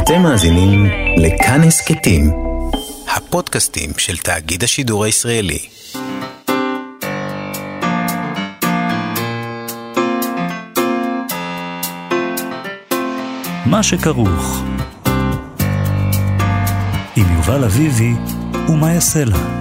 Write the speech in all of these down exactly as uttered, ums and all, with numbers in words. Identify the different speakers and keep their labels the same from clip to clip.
Speaker 1: אתם מאזינים לכאן הסכתים, הפודקאסטים של תאגיד השידור הישראלי.
Speaker 2: מה שכרוך עם יובל אביבי ומה יעשה לה.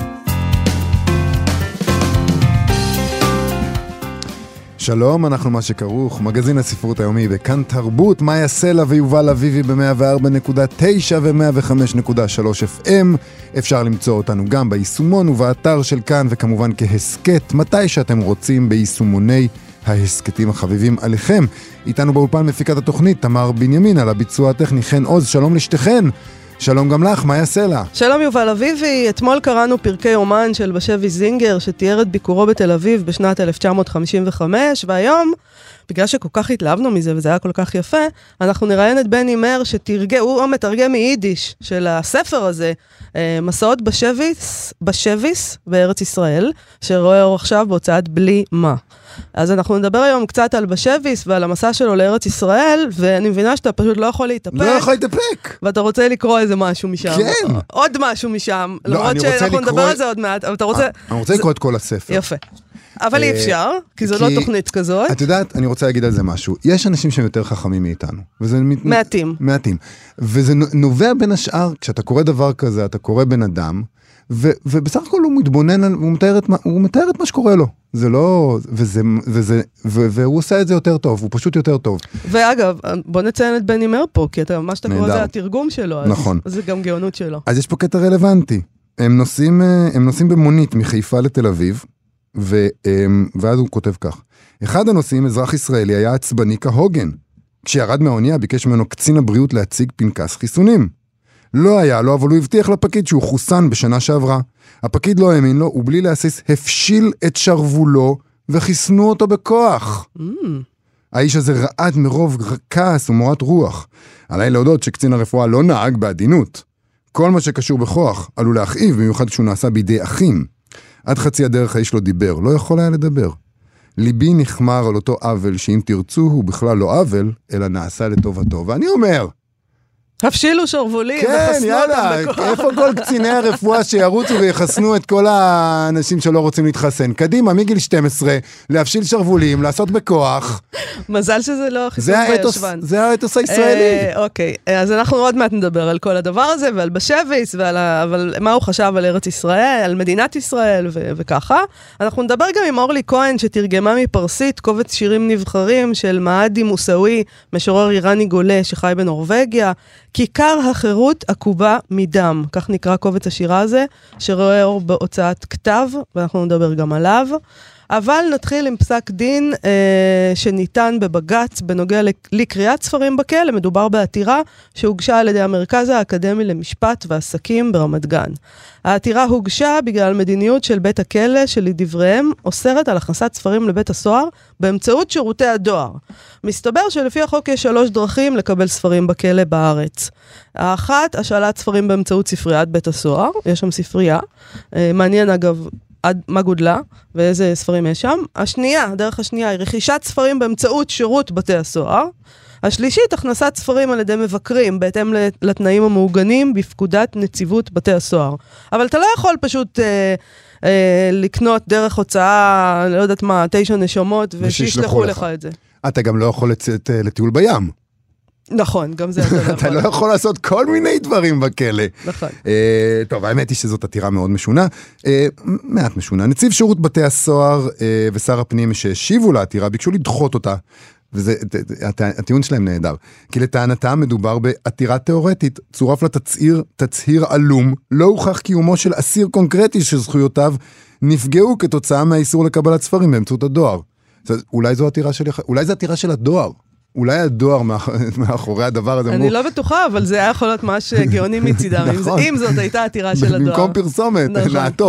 Speaker 3: שלום, אנחנו מה שכרוך, מגזין הספרות היומי בכאן תרבות, מה יעשה לה ויובל אביבי ב-מאה וארבע נקודה תשע ו-מאה וחמש נקודה שלוש אף אם. אפשר למצוא אותנו גם ביישומון ובאתר של כאן, וכמובן כהסקט, מתי שאתם רוצים ביישומוני ההסקטים החביבים עליכם. איתנו באולפן מפיקת התוכנית, תמר בנימין, על הביצוע הטכני חן עוז, שלום לשתיכן. שלום גם לך, מה יעשה לה?
Speaker 4: שלום יובל אביבי, אתמול קראנו פרקי אומן של בשבי זינגר, שתיאר את ביקורו בתל אביב בשנת אלף תשע מאות חמישים וחמש, והיום, בגלל שכל כך התלהבנו מזה וזה היה כל כך יפה, אנחנו נראיין את בני מר שתרגם, הוא מתרגם מיידיש של הספר הזה, מסעות בשביס, בשביס בארץ ישראל, שרואה אור עכשיו בהוצאת בלי מה. אז אנחנו נדבר היום קצת על בשביס ועל המסע שלו לארץ ישראל, ואני מבינה שאתה פשוט לא יכול להתאפק.
Speaker 3: לא יכול להתאפק.
Speaker 4: ואתה רוצה לקרוא איזה משהו משם.
Speaker 3: כן.
Speaker 4: עוד משהו משם.
Speaker 3: לא,
Speaker 4: למרות שאנחנו נדבר על זה עוד מעט, אבל אתה רוצה...
Speaker 3: אני רוצה לקרוא את כל הספר.
Speaker 4: יפה. אבל אי אפשר, כי זו לא תוכנית כזאת.
Speaker 3: את יודעת, אני רוצה להגיד על זה משהו. יש אנשים שהם יותר חכמים מאיתנו.
Speaker 4: מעטים.
Speaker 3: מעטים. וזה נובע בין השאר, כשאתה קורא דבר כזה, אתה קורא בן אדם, ובסך הכל הוא מתבונן, הוא מתאר את מה, הוא מתאר את מה שקורה לו. זה לא, וזה, וזה, והוא עושה את זה יותר טוב, הוא פשוט יותר טוב.
Speaker 4: ואגב, בוא נציין את בני מר פה, כי אתה, מה שאתה קורא זה התרגום שלו,
Speaker 3: נכון.
Speaker 4: אז זה גם גאונות שלו.
Speaker 3: אז יש פה קטע רלוונטי. הם נוסעים, הם נוסעים במונית מחיפה לתל אביב, ו, ואז הוא כותב כך. אחד הנוסעים, אזרח ישראלי, היה עצבני כהוגן. כשירד מהאונייה, ביקש ממנו קצין הבריאות להציג פנקס חיסונים. לא היה לו, אבל הוא הבטיח לפקיד שהוא חוסן בשנה שעברה. הפקיד לא האמין לו, ובלי להסיס הפשיל את שרבולו, וחיסנו אותו בכוח. Mm. האיש הזה רעד מרוב כעס ומורת רוח. עליי להודות שקצין הרפואה לא נהג בעדינות. כל מה שקשור בכוח עלול להכאיב, במיוחד כשהוא נעשה בידי אחים. עד חצי הדרך האיש לא דיבר, לא יכול היה לדבר. ליבי נחמר על אותו עוול, שאם תרצו הוא בכלל לא עוול, אלא נעשה לטובתו. ואני אומר...
Speaker 4: הפשילו שרבולים,
Speaker 3: כן, יאללה, איפה כל קציני הרפואה שירוצו ויחסנו את כל האנשים שלא רוצים להתחסן? קדימה, מגיל שתים עשרה, להפשיל שרבולים, לעשות בכוח.
Speaker 4: מזל שזה לא חיסון בישבן.
Speaker 3: זה האתוס הישראלי.
Speaker 4: אוקיי, אז אנחנו עוד מעט נדבר על כל הדבר הזה, ועל בשביס, ועל מה הוא חשב על ארץ ישראל, על מדינת ישראל, וככה. אנחנו נדבר גם עם אורלי כהן, שתרגמה מפרסית קובץ שירים נבחרים של מעדי מוסאווי, משורר איראני גולה שחי בנורווגיה, כיכר החירות עקובה מדם, כך נקרא קובץ השירה הזה, שרואה אור בהוצאת כתב, ואנחנו נדבר גם עליו. אבל נתחיל עם פסק דין אה, שניתן בבגץ בנוגע לקריאת ספרים בכלא. מדובר בעתירה שהוגשה על ידי המרכז האקדמי למשפט ועסקים ברמת גן. העתירה הוגשה בגלל מדיניות של בית הכלא שלדבריהם אוסרת על הכנסת ספרים לבית הסוהר באמצעות שירותי הדואר. מסתבר שלפי החוק יש שלוש דרכים לקבל ספרים בכלא בארץ. האחת, השאלת ספרים באמצעות ספריית בית הסוהר, יש שם ספרייה. אה, מעניין אגב, עד מה גודלה ואיזה ספרים יש שם. השנייה, הדרך השנייה, היא רכישת ספרים באמצעות שירות בתי הסוהר. השלישית, הכנסת ספרים על ידי מבקרים, בהתאם לתנאים המעוגנים בפקודת נציבות בתי הסוהר. אבל אתה לא יכול פשוט אה, אה, לקנות דרך הוצאה, לא יודעת מה, תשע נשמות, ושישלחו לך את זה.
Speaker 3: אתה גם לא יכול לצאת לטיול בים.
Speaker 4: נכון, גם זה אתה לא יכול.
Speaker 3: אתה לא יכול לעשות כל מיני דברים בכלא.
Speaker 4: נכון.
Speaker 3: טוב, האמת היא שזאת עתירה מאוד משונה, מעט משונה. נציב שירות בתי הסוהר ושר הפנים שהשיבו לעתירה, ביקשו לדחות אותה, והטיעון שלהם נהדר. כי לטענתם מדובר בעתירה תיאורטית, צורף לתצהיר, תצהיר עלום, לא הוכח קיומו של אסיר קונקרטי שזכויותיו נפגעו כתוצאה מהאיסור לקבלת ספרים באמצעות הדואר. אולי זו עתירה של, אולי זו עתירה של הדואר. אולי הדואר מאחורי הדבר הזה.
Speaker 4: אני לא בטוחה, אבל זה היה יכול להיות ממש גאוני מצידם. אם זאת הייתה עתירה של הדואר.
Speaker 3: במקום פרסומת, לעתור.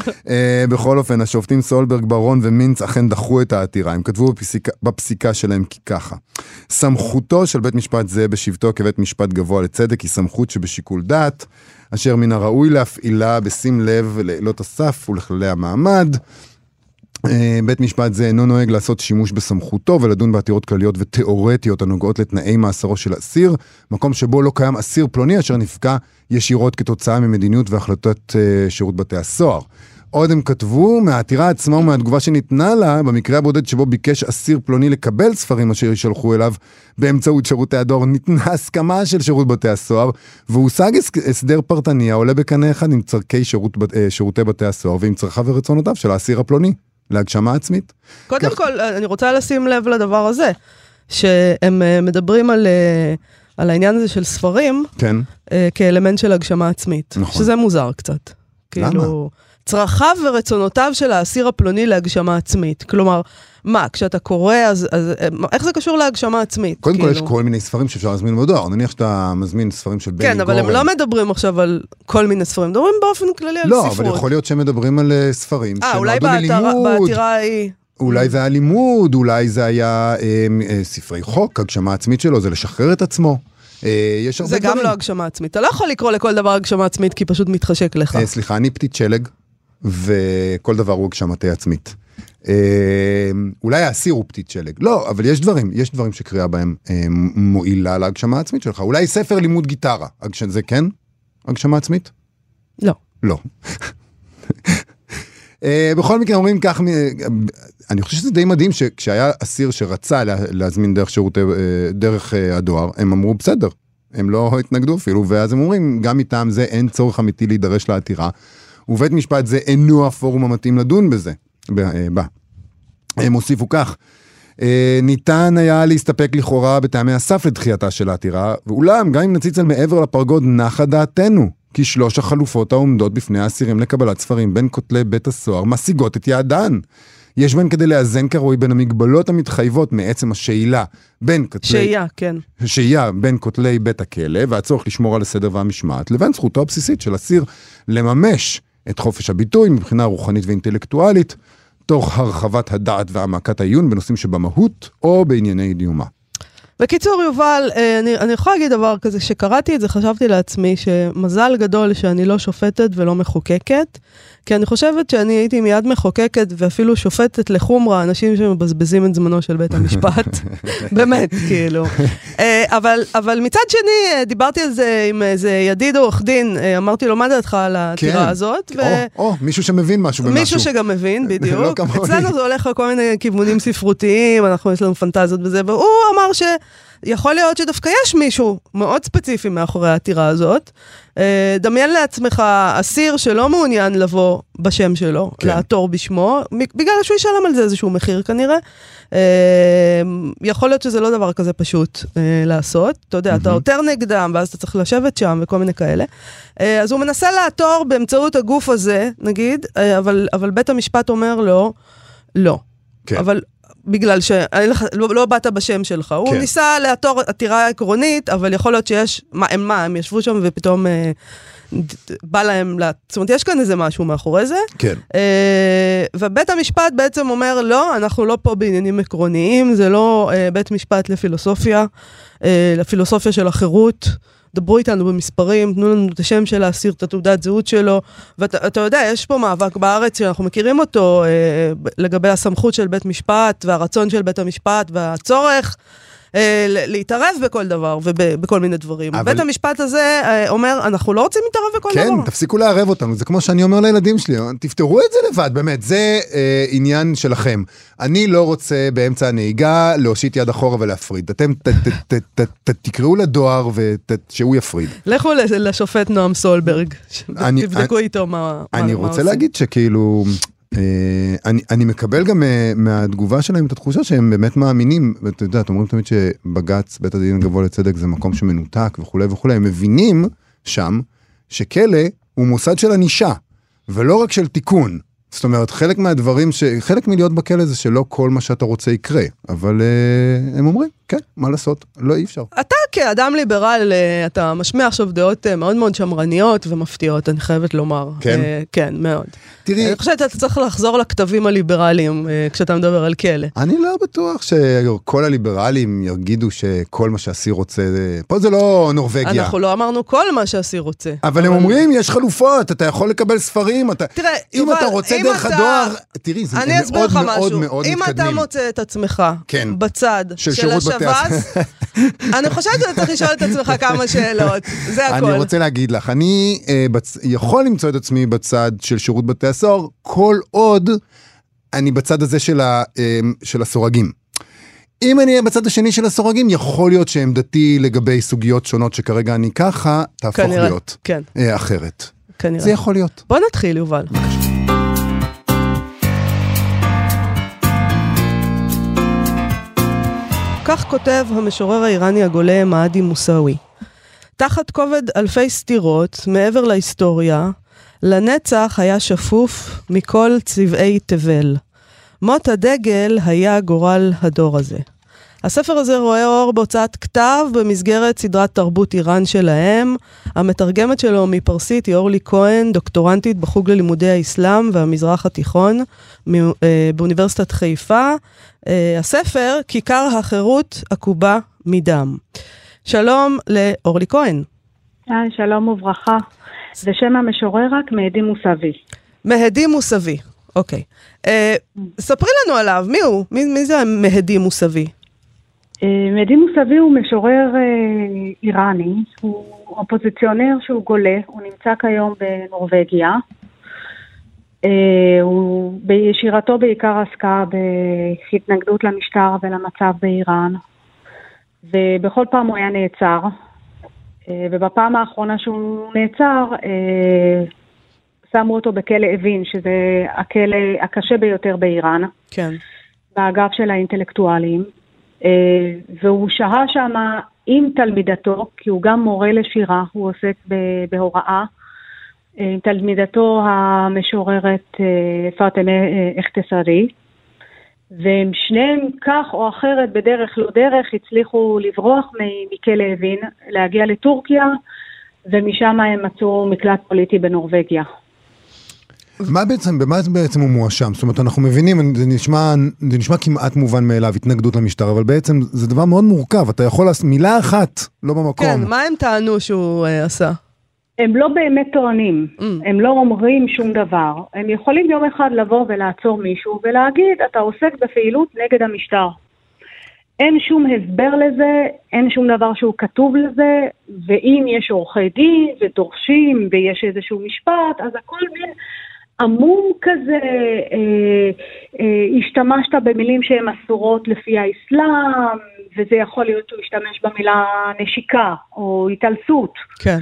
Speaker 3: בכל אופן, השופטים סולברג, ברון ומינץ אכן דחו את העתירה. הם כתבו בפסיקה שלהם ככה. סמכותו של בית משפט זה בשבתו כבית משפט גבוה לצדק היא סמכות שבשיקול דעת, אשר מן הראוי להפעילה בשים לב לעילות הסף ולכללי המעמד. בית משפט זה אינו נוהג לעשות שימוש בסמכותו ולדון בעתירות כלליות ותיאורטיות הנוגעות לתנאי מאסרו של אסיר, מקום שבו לא קיים אסיר פלוני אשר נפגע ישירות כתוצאה ממדיניות והחלטות שירות בתי הסוהר. עוד הם כתבו, מהעתירה עצמה ומהתגובה שניתנה לה, במקרה הבודד שבו ביקש אסיר פלוני לקבל ספרים אשר ישלחו אליו באמצעות שירותי הדואר, ניתנה הסכמה של שירות בתי הסוהר, והושג הסדר פרטני העולה בקנה אחד עם צרכי שירות, שירותי בתי הסוהר ועם צרכיו ורצונותיו של האסיר הפלוני, להגשמה עצמית.
Speaker 4: קודם כך... כל, אני רוצה לשים לב לדבר הזה, שהם מדברים על, על העניין הזה של ספרים,
Speaker 3: כן.
Speaker 4: כאלמנט של הגשמה עצמית,
Speaker 3: נכון.
Speaker 4: שזה מוזר קצת.
Speaker 3: למה?
Speaker 4: כאילו... צרכיו ורצונותיו של האסיר הפלוני להגשמה עצמית. כלומר, מה, כשאתה קורא, אז, אז איך זה קשור להגשמה עצמית?
Speaker 3: קודם
Speaker 4: כאילו?
Speaker 3: כל יש כל מיני ספרים שאפשר להזמין בדואר. נניח שאתה מזמין ספרים של בני גורן.
Speaker 4: כן, אבל הם לא מדברים עכשיו על כל מיני ספרים, מדברים באופן כללי על
Speaker 3: לא,
Speaker 4: ספרות.
Speaker 3: אבל יכול להיות שהם מדברים על ספרים.
Speaker 4: אה, אולי בעתירה היא...
Speaker 3: אולי זה היה לימוד, אולי זה היה אה, אה, ספרי חוק, הגשמה עצמית שלו, זה לשחרר את עצמו. אה, יש הרבה
Speaker 4: זה
Speaker 3: דברים.
Speaker 4: גם לא הגשמה עצמית. אתה לא יכול לקרוא לכל דבר הגשמה עצמית, כי פשוט מתחשק לך.
Speaker 3: אה, סליחה, אני פתית שלג. וכל דבר הוא הגשמתי עצמית. אולי האסיר הוא פתית שלג. לא, אבל יש דברים, יש דברים שקריאה בהם מועילה להגשמה העצמית שלך. אולי ספר לימוד גיטרה. זה כן? הגשמה עצמית?
Speaker 4: לא.
Speaker 3: לא. בכל מקרה אומרים כך, אני חושב שזה די מדהים שכשהיה אסיר שרצה להזמין דרך שירותי, דרך הדואר, הם אמרו בסדר. הם לא התנגדו אפילו, ואז הם אומרים, גם מטעם זה אין צורך אמיתי להידרש לעתירה. ובית משפט זה אינו הפורום המתאים לדון בזה. בה. הם הוסיפו כך, ניתן היה להסתפק לכאורה בטעמי הסף לדחייתה של העתירה, ואולם גם אם נציץ על מעבר לפרגוד נחה דעתנו, כי שלוש החלופות העומדות בפני האסירים לקבלת ספרים בין כותלי בית הסוהר משיגות את יעדן. יש בהן כדי לאזן כרוי בין המגבלות המתחייבות מעצם השאלה בין כותלי...
Speaker 4: שהייה, כן.
Speaker 3: שהייה בין כותלי בית הכלא והצורך לשמור על הסדר והמשמעת, לבין זכותו הבסיסית של אסיר לממש את חופש הביטוי מבחינה רוחנית ואינטלקטואלית, תוך הרחבת הדעת והעמקת העיון בנושאים שבמהות או בענייני דיומה.
Speaker 4: בקיצור, יובל, אני, אני יכולה להגיד דבר כזה, שקראתי את זה, חשבתי לעצמי שמזל גדול שאני לא שופטת ולא מחוקקת, כי אני חושבת שאני הייתי מיד מחוקקת ואפילו שופטת לחומרה, אנשים שמבזבזים את זמנו של בית המשפט. באמת, כאילו. אבל, אבל מצד שני, דיברתי על זה עם איזה ידיד או עורך דין, אמרתי לו, מה דעתך על העתירה הזאת?
Speaker 3: או, או, מישהו שמבין משהו במשהו.
Speaker 4: מישהו שגם מבין, בדיוק. אצלנו זה הולך על כל מיני כיוונים ספרותיים, אנחנו יש לנו פנטזיות בזה, והוא אמר ש... יכול להיות שדווקא יש מישהו מאוד ספציפי מאחורי העתירה הזאת. דמיין לעצמך אסיר שלא מעוניין לבוא בשם שלו, כן. לעתור בשמו, בגלל שהוא ישלם על זה איזשהו מחיר כנראה. יכול להיות שזה לא דבר כזה פשוט לעשות. אתה יודע, אתה עותר נגדם, ואז אתה צריך לשבת שם וכל מיני כאלה. אז הוא מנסה לעתור באמצעות הגוף הזה, נגיד, אבל, אבל בית המשפט אומר לו, לא. כן. אבל... בגלל שלא לא באת בשם שלך. כן. הוא ניסה לעתור עתירה עקרונית, אבל יכול להיות שיש, מה, הם מה, הם ישבו שם ופתאום אה, בא להם, לה... זאת אומרת, יש כאן איזה משהו מאחורי זה.
Speaker 3: כן.
Speaker 4: אה, ובית המשפט בעצם אומר, לא, אנחנו לא פה בעניינים עקרוניים, זה לא אה, בית משפט לפילוסופיה, אה, לפילוסופיה של החירות, דברו איתנו במספרים, תנו לנו את השם של האסיר, את התעודת זהות שלו, ואתה יודע, יש פה מאבק בארץ שאנחנו מכירים אותו, אה, לגבי הסמכות של בית משפט, והרצון של בית המשפט, והצורך אה, להתערב בכל דבר, ובכל מיני דברים. אבל... בית המשפט הזה אה, אומר, אנחנו לא רוצים להתערב בכל
Speaker 3: כן,
Speaker 4: דבר.
Speaker 3: כן, תפסיקו לערב אותנו, זה כמו שאני אומר לילדים שלי, תפתרו את זה לבד, באמת, זה אה, עניין שלכם. אני לא רוצה באמצע הנהיגה להושיט יד אחורה ולהפריד. אתם ת, ת, ת, ת, ת, תקראו לדואר ושהוא יפריד.
Speaker 4: לכו לשופט נועם סולברג, תבדקו איתו מה עושים.
Speaker 3: אני רוצה להגיד שכאילו, אני, אני מקבל גם מהתגובה שלהם את התחושה שהם באמת מאמינים, ואתה יודע, אתם אומרים תמיד שבג"ץ, בית הדין הגבוה לצדק, זה מקום שמנותק וכו' וכו', הם מבינים שם שכלא הוא מוסד של ענישה, ולא רק של תיקון. זאת אומרת, חלק מהדברים, ש... חלק מלהיות בכלא זה שלא כל מה שאתה רוצה יקרה, אבל uh, הם אומרים, כן, מה לעשות, לא אי אפשר.
Speaker 4: אתה כאדם ליברל, uh, אתה משמיע עכשיו דעות uh, מאוד מאוד שמרניות ומפתיעות, אני חייבת לומר.
Speaker 3: כן?
Speaker 4: Uh, כן, מאוד.
Speaker 3: תראי...
Speaker 4: אני חושבת שאתה צריך לחזור לכתבים הליברליים uh, כשאתה מדבר על כלא.
Speaker 3: אני לא בטוח שכל הליברלים יגידו שכל מה שהאסיר רוצה, פה זה לא נורווגיה.
Speaker 4: אנחנו לא אמרנו כל מה שהאסיר רוצה.
Speaker 3: אבל, אבל... הם אומרים, יש חלופות, אתה יכול לקבל ספרים, אתה...
Speaker 4: תראה,
Speaker 3: אם
Speaker 4: אבל...
Speaker 3: אתה רוצה דרך הדואר, תראי, זה מאוד מאוד מאוד מתקדמים.
Speaker 4: אם אתה מוצא את עצמך בצד של השב"ס, אני חושבת שאתה צריך לשאול את עצמך כמה שאלות, זה הכל.
Speaker 3: אני רוצה להגיד לך, אני יכול למצוא את עצמי בצד של שירות בתי הסוהר, כל עוד אני בצד הזה של הסורגים. אם אני אהיה בצד השני של הסורגים, יכול להיות שעמדתי לגבי סוגיות שונות שכרגע אני ככה, תהפוך להיות אחרת.
Speaker 4: כנראה.
Speaker 3: זה יכול להיות.
Speaker 4: בוא נתחיל, יובל. כך כותב המשורר האיראני הגולה מהדי מוסאווי. תחת כובד אלפי סתירות, מעבר להיסטוריה, לנצח היה שפוף מכל צבעי תבל. מות הדגל היה גורל הדור הזה. הספר הזה רואה אור בהוצאת כתב במסגרת סדרת תרבות איראן שלהם. המתרגמת שלו מפרסית היא אורלי כהן, דוקטורנטית בחוג ללימודי האסלאם והמזרח התיכון באוניברסיטת חיפה. הספר, כיכר החירות עקובה מדם. שלום לאורלי כהן.
Speaker 5: שלום וברכה. זה שם המשורר רק מהדי מוסאווי.
Speaker 4: מהדי מוסאווי, אוקיי. ספרי לנו עליו, מי הוא? מי זה מהדי מוסאווי?
Speaker 5: מהדי מוסאווי הוא משורר איראני, הוא אופוזיציונר שהוא גולה, הוא נמצא כיום בנורווגיה. הוא בישירתו בעיקר עסקה בהתנגדות למשטר ולמצב באיראן, ובכל פעם הוא היה נעצר, ובפעם האחרונה שהוא נעצר, שמו אותו בכלא אבין, שזה הכלא הקשה ביותר באיראן,
Speaker 4: כן.
Speaker 5: באגף של האינטלקטואלים, והוא שהה שם עם תלמידתו, כי הוא גם מורה לשירה, הוא עוסק בהוראה, תלמידתו המשוררת פאטמה אכתסארי, והם שניהם כך או אחרת בדרך לא דרך הצליחו לברוח מכלא אבין, להגיע לטורקיה, ומשם הם מצאו מקלט פוליטי בנורווגיה.
Speaker 3: מה בעצם, במה בעצם הוא מואשם? זאת אומרת, אנחנו מבינים, זה נשמע, זה נשמע כמעט מובן מאליו, התנגדות למשטר, אבל בעצם זה דבר מאוד מורכב, אתה יכול לעשות מילה אחת, לא במקום.
Speaker 4: כן, מה הם טענו שהוא uh, עשה?
Speaker 5: הם לא באמת טוענים, mm. הם לא אומרים שום דבר. הם יכולים יום אחד לבוא ולעצור מישהו ולהגיד, אתה עוסק בפעילות נגד המשטר. אין שום הסבר לזה, אין שום דבר שהוא כתוב לזה, ואם יש עורכי דין ודורשים ויש איזשהו משפט, אז הכל מין עמום כזה, אה, אה, השתמשת במילים שהן אסורות לפי האסלאם, וזה יכול להיות שהוא השתמש במילה נשיקה או התעלסות.
Speaker 4: כן.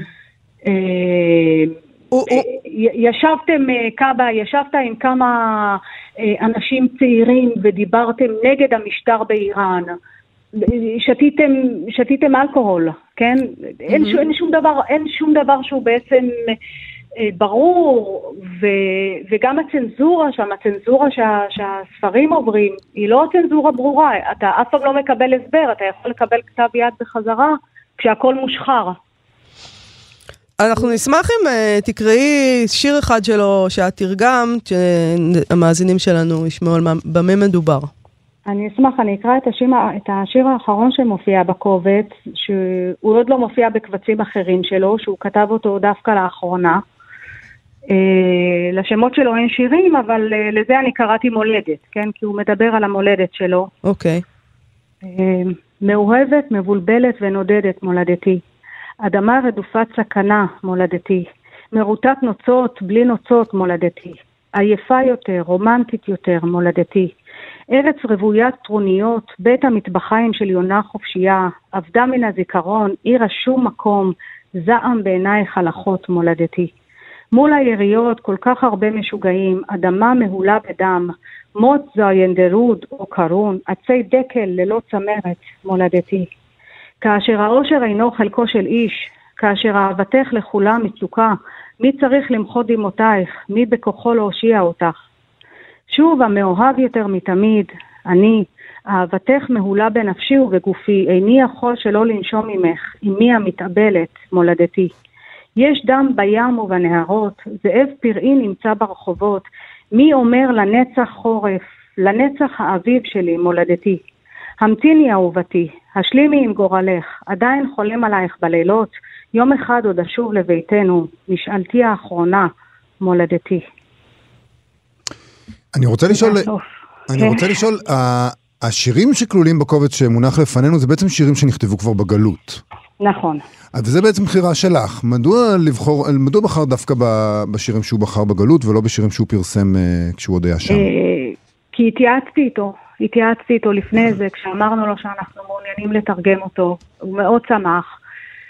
Speaker 5: ישבתם קאבה, ישבת עם כמה אנשים צעירים ודיברתם נגד המשטר באיראן, שתיתם, שתיתם אלכוהול, כן? אין, אין שום דבר, אין שום דבר שהוא בעצם ברור, ו, וגם הצנזורה שם, הצנזורה שה, שהספרים עוברים, היא לא הצנזורה ברורה, אתה אף פעם לא מקבל הסבר, אתה יכול לקבל כתב יד בחזרה כשהכל מושחר.
Speaker 4: אנחנו נשמח אם uh, תקראי שיר אחד שלו שאת תרגמת, שהמאזינים שלנו ישמעו על מה, במה מדובר.
Speaker 5: אני אשמח, אני אקרא את השיר, את השיר האחרון שמופיע בקובץ, שהוא עוד לא מופיע בקבצים אחרים שלו, שהוא כתב אותו דווקא לאחרונה. Uh, לשמות שלו אין שירים, אבל uh, לזה אני קראתי מולדת, כן? כי הוא מדבר על המולדת שלו.
Speaker 4: אוקיי.
Speaker 5: Okay. Uh, מאוהבת, מבולבלת ונודדת מולדתי. אדמה רדופת סכנה, מולדתי. מרוטת נוצות, בלי נוצות, מולדתי. עייפה יותר, רומנטית יותר, מולדתי. ארץ רוויית טרוניות, בית המטבחיים של יונה חופשייה, עבדה מן הזיכרון, עיר השום מקום, זעם בעינייך הלכות, מולדתי. מול היריות כל כך הרבה משוגעים, אדמה מהולה בדם, מות זוינדרוד או קרון, עצי דקל ללא צמרת, מולדתי. כאשר האושר אינו חלקו של איש, כאשר אהבתך לכולם מצוקה, מי צריך למחות דמעותייך, מי בכוחו להושיע אותך. שוב המאוהב יותר מתמיד, אני, אהבתך מהולה בנפשי ובגופי, איני יכול שלא לנשום ממך, אמי המתאבלת, מולדתי. יש דם בים ובנהרות, זאב פראי נמצא ברחובות, מי אומר לנצח חורף, לנצח האביב שלי, מולדתי. המתיני אהובתי, השלימי עם גורלך, עדיין חולם עלייך בלילות, יום אחד עוד אשוב לביתנו, משאלתי האחרונה, מולדתי.
Speaker 3: אני רוצה לשאול, אני רוצה לשאול, השירים שכלולים בקובץ שמונח לפנינו, זה בעצם שירים שנכתבו כבר בגלות.
Speaker 5: נכון.
Speaker 3: וזה בעצם בחירה שלך. מדוע לבחור, מדוע בחר דווקא בשירים שהוא בחר בגלות, ולא בשירים שהוא פרסם כשהוא עוד היה שם?
Speaker 5: כי התייעצתי איתו, התייעצתי איתו לפני זה, כשאמרנו לו שאנחנו מעוניינים לתרגם אותו. הוא מאוד שמח.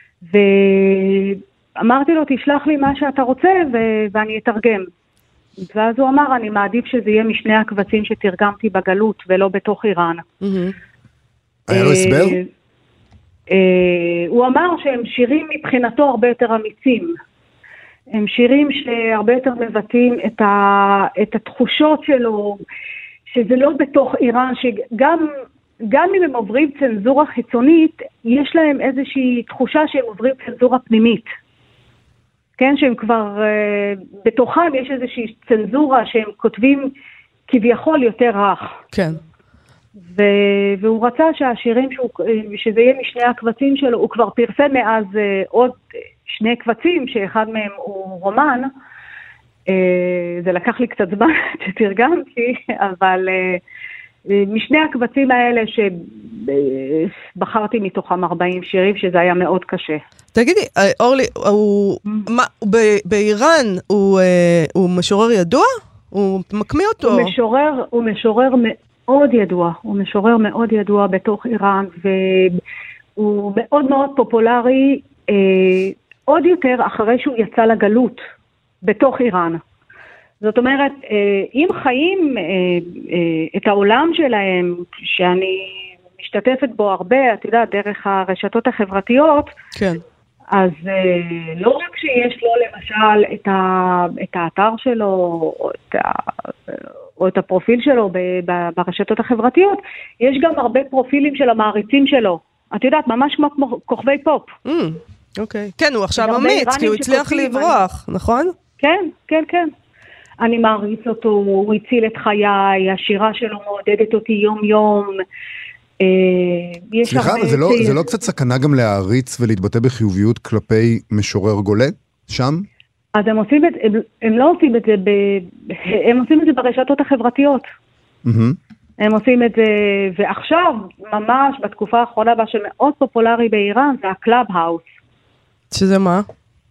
Speaker 5: ואמרתי לו, תשלח לי מה שאתה רוצה, ואני אתרגם. ואז הוא אמר, אני מעדיף שזה יהיה משני הקבצים שתרגמתי בגלות, ולא בתוך איראן.
Speaker 3: היה לו הסבר?
Speaker 5: הוא אמר שהם שירים מבחינתו הרבה יותר אמיצים. הם שירים שהרבה יותר מבטאים את, ה, את התחושות שלו, שזה לא בתוך איראן, שגם גם אם הם עוברים צנזורה חיצונית, יש להם איזושהי תחושה שהם עוברים צנזורה פנימית. כן, שהם כבר, uh, בתוכם יש איזושהי צנזורה שהם כותבים כביכול יותר רך.
Speaker 4: כן.
Speaker 5: ו, והוא רצה שהשירים, שהוא, שזה יהיה משני הקבצים שלו, הוא כבר פרסם מאז uh, עוד שני קבצים, שאחד מהם הוא רומן. Uh, זה לקח לי קצת זמן שתרגמתי, אבל uh, משני הקבצים האלה שבחרתי מתוכם ארבעים שירים, שזה היה מאוד קשה.
Speaker 4: תגידי, אורלי, הוא, מה, ב- באיראן הוא, הוא משורר ידוע? הוא מקמיא אותו?
Speaker 5: הוא משורר, הוא משורר מאוד ידוע, הוא משורר מאוד ידוע בתוך איראן, והוא מאוד מאוד פופולרי, אה, עוד יותר אחרי שהוא יצא לגלות בתוך איראן. זאת אומרת, אה, אם חיים אה, אה, את העולם שלהם, שאני משתתפת בו הרבה, את יודעת, דרך הרשתות החברתיות,
Speaker 4: כן.
Speaker 5: אז uh, לא רק שיש לו למשל את, ה, את האתר שלו או את, ה, או את הפרופיל שלו ב, ב, ברשתות החברתיות, יש גם הרבה פרופילים של המעריצים שלו. את יודעת, ממש כמו כוכבי פופ.
Speaker 4: Mm, אוקיי. כן, הוא עכשיו אמיץ, כי הוא הצליח לברוח, אני... נכון?
Speaker 5: כן, כן, כן. אני מעריץ אותו, הוא הציל את חיי, השירה שלו מעודדת אותי יום יום.
Speaker 3: סליחה, אבל זה לא, זה לא קצת סכנה גם להעריץ ולהתבטא בחיוביות כלפי משורר גולה שם?
Speaker 5: אז הם עושים את, הם, הם לא עושים את זה, ב, הם עושים את זה ברשתות החברתיות. Mm-hmm. הם עושים את זה, ועכשיו, ממש בתקופה האחרונה, מה שמאוד פופולרי באיראן, זה הקלאב האוס.
Speaker 4: שזה מה?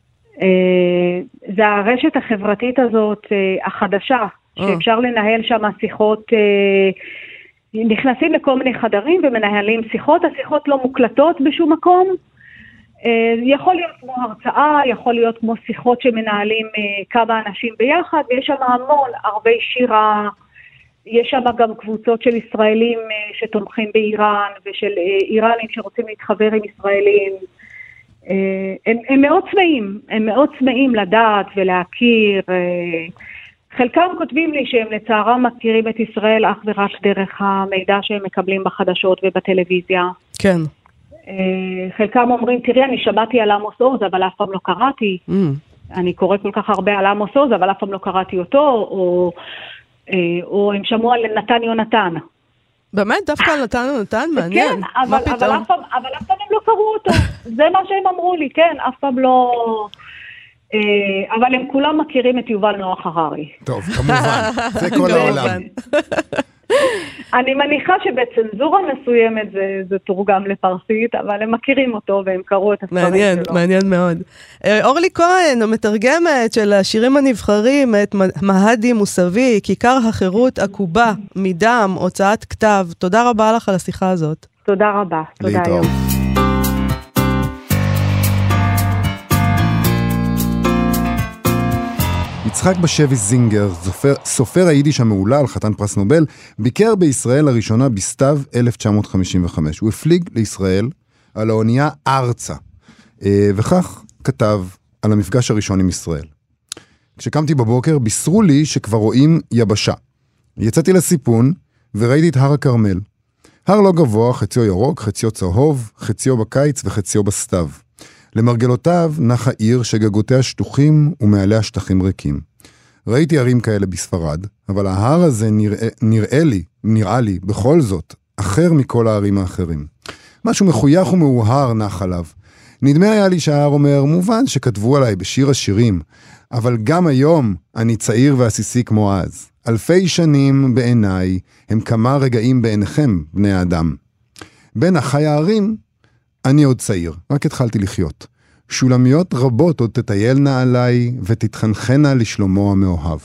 Speaker 5: זה הרשת החברתית הזאת, החדשה, שאפשר לנהל שם שיחות, נכנסים לכל מיני חדרים ומנהלים שיחות, השיחות לא מוקלטות בשום מקום, יכול להיות כמו הרצאה, יכול להיות כמו שיחות שמנהלים כמה אנשים ביחד, ויש שם המון ערבי שירה, יש שם גם קבוצות של ישראלים שתומכים באיראן, ושל איראנים שרוצים להתחבר עם ישראלים, הם, הם מאוד צמאים, הם מאוד צמאים לדעת ולהכיר, חלקם כותבים לי שהם לצערם מכירים את ישראל אך ורק דרך המידע שהם מקבלים בחדשות ובטלוויזיה.
Speaker 4: כן.
Speaker 5: חלקם אומרים, תראי, אני שמעתי על עמוס עוז, אבל אף פעם לא קראתי. Mm. אני קורא כל כך הרבה על עמוס עוז, אבל אף פעם לא קראתי אותו, או, או הם שמעו על נתן יונתן.
Speaker 4: באמת? דווקא על נתן יונתן? מעניין.
Speaker 5: כן, אבל, אבל, אף פעם, אבל אף פעם הם לא קראו אותו. זה מה שהם אמרו לי, כן, אף פעם לא... אבל הם כולם מכירים את יובל נוח הררי.
Speaker 3: טוב, כמובן, זה כל העולם.
Speaker 5: אני מניחה שבצנזורה מסוימת זה, זה תורגם לפרסית, אבל הם מכירים אותו והם קראו את הספרים
Speaker 4: מעניין,
Speaker 5: שלו.
Speaker 4: מעניין מאוד. אורלי כהן, המתרגמת של השירים הנבחרים, את מהדי מוסבי, כיכר החירות עקובה, מדם, הוצאת כתב. תודה רבה לך על השיחה הזאת.
Speaker 5: תודה רבה. תודה
Speaker 3: להתראות. יצחק בשביס זינגר, סופר, סופר היידיש המעולה על חתן פרס נובל, ביקר בישראל לראשונה בסתיו אלף תשע מאות חמישים וחמש. הוא הפליג לישראל על האונייה ארצה, וכך כתב על המפגש הראשון עם ישראל. כשקמתי בבוקר, בישרו לי שכבר רואים יבשה. יצאתי לסיפון וראיתי את הר הכרמל. הר לא גבוה, חציו ירוק, חציו צהוב, חציו בקיץ וחציו בסתיו. למרגלותיו נחה עיר שגגותיה שטוחים ומעליה שטחים ריקים. ראיתי ערים כאלה בספרד, אבל ההר הזה נראה, נראה לי, נראה לי, בכל זאת, אחר מכל הערים האחרים. משהו מחוייך ומאוהר נח עליו. נדמה היה לי שההר אומר, מובן שכתבו עליי בשיר השירים, אבל גם היום אני צעיר ועסיסי כמו אז. אלפי שנים בעיניי הם כמה רגעים בעיניכם, בני האדם. בין החי הערים, אני עוד צעיר, רק התחלתי לחיות. שולמיות רבות עוד תטיילנה עליי ותתחנחנה לשלומו המאוהב.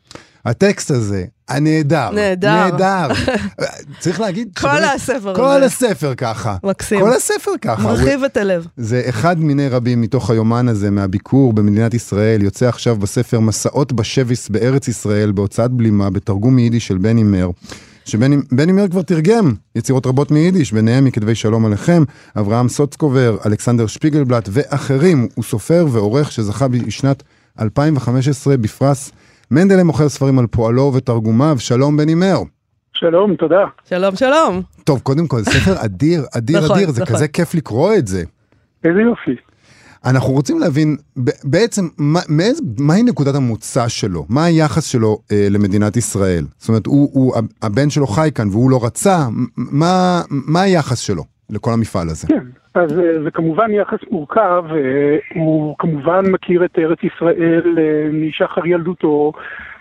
Speaker 3: הטקסט הזה, הנהדר,
Speaker 4: נהדר.
Speaker 3: נהדר. צריך להגיד,
Speaker 4: כל הספר.
Speaker 3: כל הספר ככה.
Speaker 4: מקסים.
Speaker 3: כל הספר ככה.
Speaker 4: מרחיב את הלב.
Speaker 3: זה אחד מיני רבים מתוך היומן הזה, מהביקור במדינת ישראל, יוצא עכשיו בספר מסעות בשביס בארץ ישראל, בהוצאת בלימה, בתרגום מיידיש של בני מר, שבני מר כבר תרגם יצירות רבות מיידיש, ביניהם מכתבי שלום עליכם, אברהם סוצקובר, אלכסנדר שפיגלבלט ואחרים. הוא סופר ועורך שזכה בשנת אלפיים וחמש עשרה בפרס מנדלה מוכר ספרים על פועלו ותרגומיו. שלום בני מר.
Speaker 6: שלום, תודה.
Speaker 4: שלום, שלום.
Speaker 3: טוב, קודם כל, ספר אדיר, אדיר,
Speaker 4: נכון,
Speaker 3: אדיר, זה
Speaker 4: נכון.
Speaker 3: כזה כיף לקרוא את זה.
Speaker 6: איזה יופי.
Speaker 3: אנחנו רוצים להבין, בעצם, מה, מאיז, מהי נקודת המוצא שלו? מה היחס שלו אה, למדינת ישראל? זאת אומרת, הוא, הוא, הבן שלו חי כאן והוא לא רצה, מה, מה היחס שלו לכל המפעל הזה?
Speaker 6: כן, אז זה כמובן יחס מורכב, הוא כמובן מכיר את ארץ ישראל משחר ילדותו,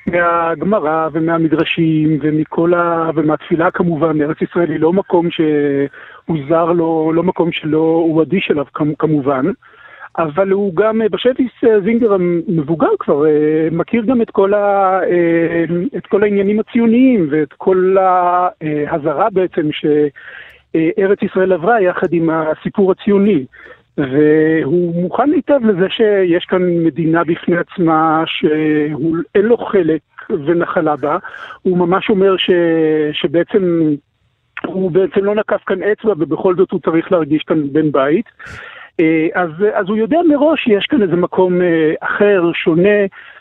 Speaker 6: מהגמרא ומהמדרשים ומכל ה... ומהתפילה כמובן. ארץ ישראל היא לא מקום שהוא זר לו, לא מקום שלא הוא אדיש אליו כמובן, אבל הוא גם בשביס זינגר המבוגר כבר מכיר גם את כל, ה... את כל העניינים הציוניים ואת כל ההזרה בעצם שארץ ישראל עברה יחד עם הסיפור הציוני. והוא מוכן היטב לזה שיש כאן מדינה בפני עצמה שאין לו חלק ונחלה בה. הוא ממש אומר ש... שבעצם הוא בעצם לא נקף כאן אצבע ובכל זאת הוא צריך להרגיש כאן בן בית. אז, אז הוא יודע מראש שיש כאן איזה מקום אחר, שונה.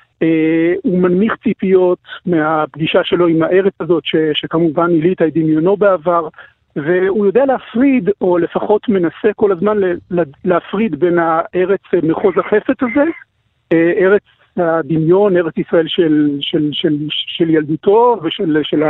Speaker 6: הוא מנמיך ציפיות מהפגישה שלו עם הארץ הזאת ש... שכמובן הילית את דמיונו בעבר. והוא יודע להפריד, או לפחות מנסה כל הזמן להפריד בין הארץ מחוז החפץ הזה, ארץ הדמיון, ארץ ישראל של, של, של, של ילדותו ושל של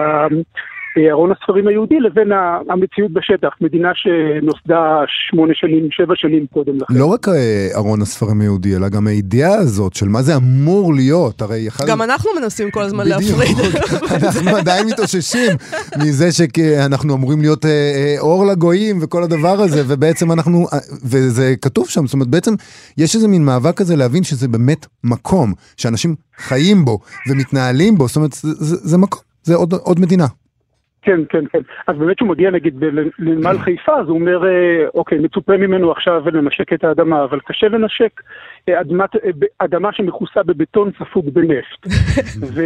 Speaker 6: ארון הספרים היהודי, לבין המציאות בשטח, מדינה שנוסדה שמונה שנים, שבע שנים קודם לכן.
Speaker 3: לא רק ארון הספרים היהודי, אלא גם הידיעה הזאת של מה זה אמור להיות. הרי אחד...
Speaker 4: גם אנחנו מנסים כל הזמן להפריד.
Speaker 3: אנחנו עדיין מתאוששים מזה שאנחנו אמורים להיות אור לגויים וכל הדבר הזה, ובעצם אנחנו, וזה כתוב שם, זאת אומרת, בעצם יש איזה מין מאבק כזה להבין שזה באמת מקום, שאנשים חיים בו ומתנהלים בו, זאת אומרת, זה, זה מקום, זה עוד, עוד מדינה.
Speaker 6: כן, כן, כן. אז באמת שהוא מגיע נגיד לנמל חיפה, אז הוא אומר, אוקיי, מצופה ממנו עכשיו לנשק את האדמה, אבל קשה לנשק אדמת, אדמה שמכוסה בבטון ספוג בנפט. ו,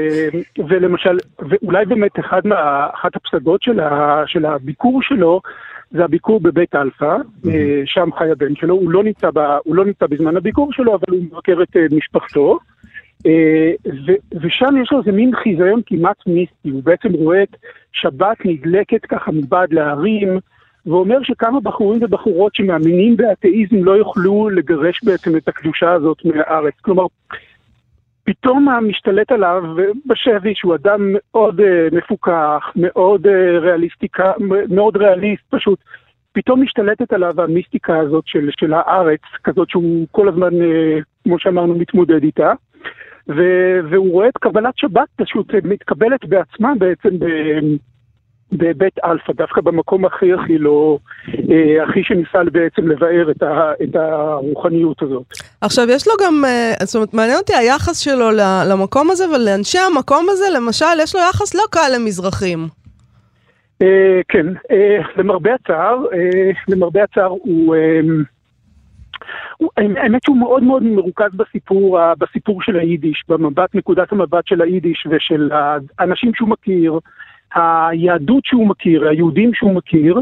Speaker 6: ולמשל, ואולי באמת אחד מה, אחת הפסגות של, ה, של הביקור שלו, זה הביקור בבית אלפא, שם חי הבן שלו. הוא לא נמצא, ב, הוא לא נמצא בזמן הביקור שלו, אבל הוא מבקר את משפחתו. ו- ושם יש לו איזה מין חיזיון כמעט מיסטי. הוא בעצם רואה את שבת נדלקת ככה מבעד להרים, ואומר שכמה בחורים ובחורות שמאמינים באתאיזם לא יוכלו לגרש בעצם את הקדושה הזאת מהארץ. כלומר, פתאום המשתלט עליו בשבי, שהוא אדם מאוד uh, מפוקח, מאוד uh, ריאליסטיקה, מאוד ריאליסט פשוט, פתאום משתלטת עליו המיסטיקה הזאת של, של הארץ, כזאת שהוא כל הזמן, uh, כמו שאמרנו, מתמודד איתה. ו- והוא רואה את קבלת שבת פשוט מתקבלת בעצמה בעצם ב- בבית אלפא, דווקא במקום הכי הכי לא, אה, הכי שניסה בעצם לבאר את, ה- את הרוחניות הזאת.
Speaker 4: עכשיו יש לו גם, זאת אומרת, מעניין אותי היחס שלו למקום הזה, ולאנשי המקום הזה, למשל, יש לו יחס לא קל למזרחים.
Speaker 6: אה, כן, אה, למרבה הצער, אה, למרבה הצער הוא... אה, האמת שהוא מאוד מאוד מרוכז בסיפור, בסיפור של היידיש, במבט, נקודת המבט של היידיש ושל האנשים שהוא מכיר, היהדות שהוא מכיר, היהודים שהוא מכיר,